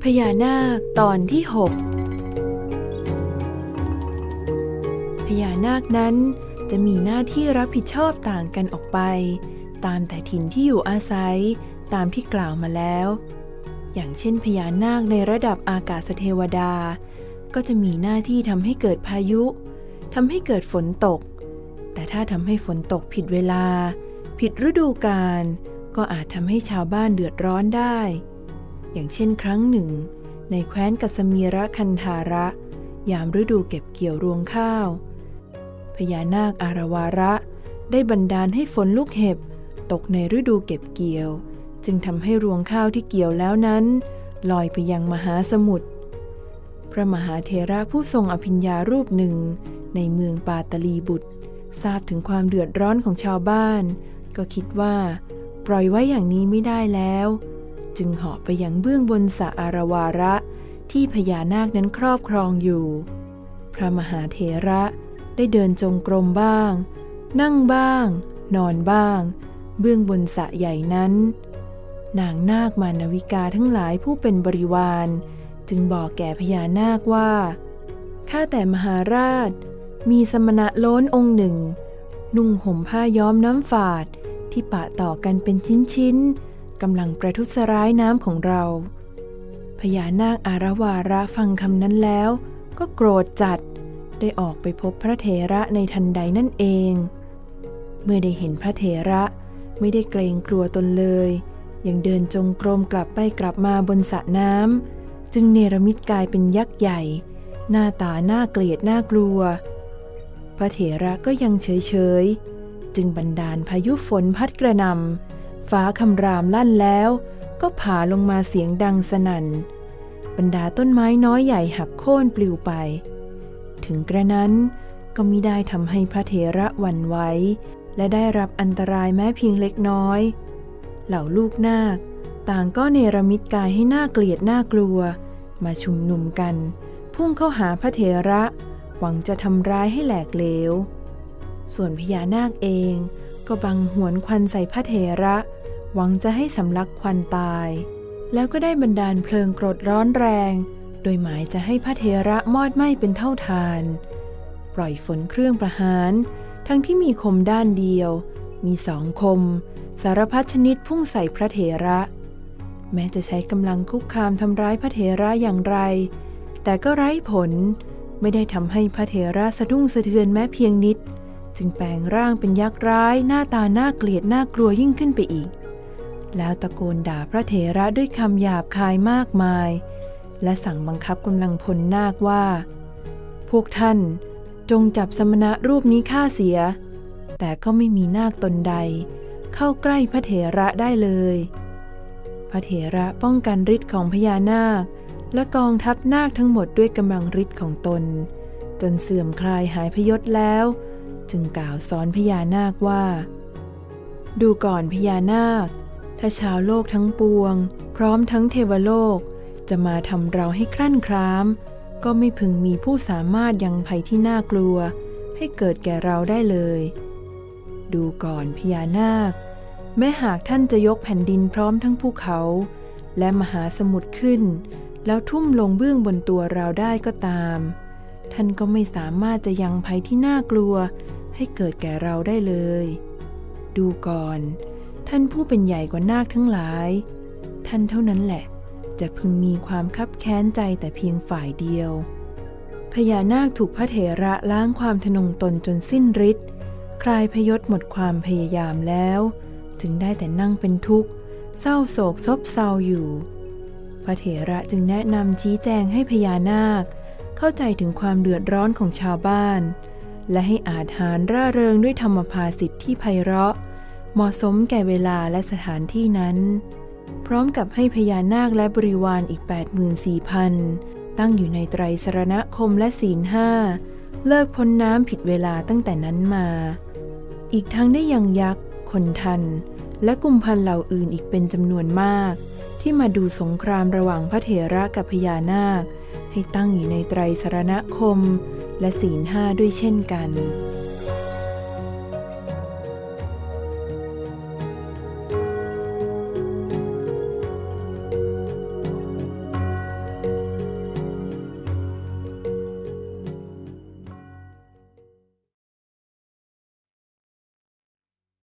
พญานาคตอนที่6พญานาคนั้นจะมีหน้าที่รับผิดชอบต่างกันออกไปตามแต่ถิ่นที่อยู่อาศัยตามที่กล่าวมาแล้วอย่างเช่นพญานาคในระดับอากาศเทวดาก็จะมีหน้าที่ทำให้เกิดพายุทำให้เกิดฝนตกแต่ถ้าทำให้ฝนตกผิดเวลาผิดฤดูกาลก็อาจทำให้ชาวบ้านเดือดร้อนได้อย่างเช่นครั้งหนึ่งในแคว้นกัสมีรคันธาระยามฤดูเก็บเกี่ยวรวงข้าวพญานาคอารวาระได้บันดาลให้ฝนลูกเห็บตกในฤดูเก็บเกี่ยวจึงทำให้รวงข้าวที่เกี่ยวแล้วนั้นลอยไปยังมหาสมุทรพระมหาเถระผู้ทรงอภิญญารูปหนึ่งในเมืองปาตลีบุตรทราบถึงความเดือดร้อนของชาวบ้านก็คิดว่าปล่อยไว้อย่างนี้ไม่ได้แล้วจึงเหาะไปยังเบื้องบนสระอารวาระที่พญานาคนั้นครอบครองอยู่พระมหาเถระได้เดินจงกรมบ้างนั่งบ้างนอนบ้างเบื้องบนสระใหญ่นั้นนางนาคมานวิกาทั้งหลายผู้เป็นบริวารจึงบอกแก่พญานาคว่าข้าแต่มหาราชมีสมณะโล้นองค์หนึ่งนุ่งห่มผ้าย้อมน้ำฝาดที่ปะต่อกันเป็นชิ้นๆกำลังประทุษร้ายน้ำของเราพญานาคอารวาระฟังคำนั้นแล้วก็โกรธจัดได้ออกไปพบพระเถระในทันใดนั่นเองเมื่อได้เห็นพระเถระไม่ได้เกรงกลัวตนเลยยังเดินจงกรมกลับไปกลับมาบนสระน้ำจึงเนรมิตกายเป็นยักษ์ใหญ่หน้าตาน่าเกลียดน่ากลัวพระเถระก็ยังเฉยๆจึงบันดาลพายุฝนพัดกระหน่ำฟ้าคำรามลั่นแล้วก็ผ่าลงมาเสียงดังสนั่นบรรดาต้นไม้น้อยใหญ่หักโค่นปลิวไปถึงกระนั้นก็มิได้ทำให้พระเถระหวั่นไหวและได้รับอันตรายแม้เพียงเล็กน้อยเหล่าลูกนาคต่างก็เนรมิตกายให้น่าเกลียดน่ากลัวมาชุมนุมกันพุ่งเข้าหาพระเถระหวังจะทำร้ายให้แหลกเหลวส่วนพญานาคเองก็บังหวนควันใส่พระเถระหวังจะให้สำลักควันตายแล้วก็ได้บันดาลเพลิงกรดร้อนแรงโดยหมายจะให้พระเถระมอดไหม้เป็นเท่าทานปล่อยฝนเครื่องประหารทั้งที่มีคมด้านเดียวมี2 คมสารพัดชนิดพุ่งใส่พระเถระแม้จะใช้กำลังคุกคามทำร้ายพระเถระอย่างไรแต่ก็ไร้ผลไม่ได้ทำให้พระเถระสะดุ้งสะเทือนแม้เพียงนิดจึงแปลงร่างเป็นยักษ์ร้ายหน้าตาน่าเกลียดน่ากลัวยิ่งขึ้นไปอีกแล้วตะโกนด่าพระเถระด้วยคำหยาบคายมากมายและสั่งบังคับกำลังพลนาคว่าพวกท่านจงจับสมณะรูปนี้ฆ่าเสียแต่ก็ไม่มีนาคตนใดเข้าใกล้พระเถระได้เลยพระเถระป้องกันฤทธิ์ของพญานาคและกองทัพนาคทั้งหมดด้วยกำลังฤทธิ์ของตนจนเสื่อมคลายหายพยศแล้วจึงกล่าวสอนพญานาคว่าดูก่อนพญานาคถ้าชาวโลกทั้งปวงพร้อมทั้งเทวโลกจะมาทำเราให้ครั่นคร้ามก็ไม่พึงมีผู้สามารถยังภัยที่น่ากลัวให้เกิดแก่เราได้เลยดูก่อนพญานาคแม้หากท่านจะยกแผ่นดินพร้อมทั้งภูเขาและมหาสมุทรขึ้นแล้วทุ่มลงเบื้องบนตัวเราได้ก็ตามท่านก็ไม่สามารถจะยังภัยที่น่ากลัวให้เกิดแก่เราได้เลยดูก่อนท่านผู้เป็นใหญ่กว่านาคทั้งหลายท่านเท่านั้นแหละจะพึงมีความคับแค้นใจแต่เพียงฝ่ายเดียวพญานาคถูกพระเถระล้างความทะนงตนจนสิ้นฤทธิ์คลายพยศหมดความพยายามแล้วจึงได้แต่นั่งเป็นทุกข์เศร้าโศกซบเซาอยู่พระเถระจึงแนะนำชี้แจงให้พญานาคเข้าใจถึงความเดือดร้อนของชาวบ้านและให้อาจหาญร่าเริงด้วยธรรมภาสิทธิ์ที่ไพเราะเหมาะสมแก่เวลาและสถานที่นั้นพร้อมกับให้พญานาคและบริวารอีก 84,000 ตั้งอยู่ในไตรสรณคมและศีล 5เลิกพ้นน้ำผิดเวลาตั้งแต่นั้นมาอีกทั้งได้ยังยักษ์คนทันและกุมพันเหล่าอื่นอีกเป็นจำนวนมากที่มาดูสงครามระหว่างพระเถระกับพญานาคให้ตั้งอยู่ในไตรสรณคมและศีล 5ด้วยเช่นกัน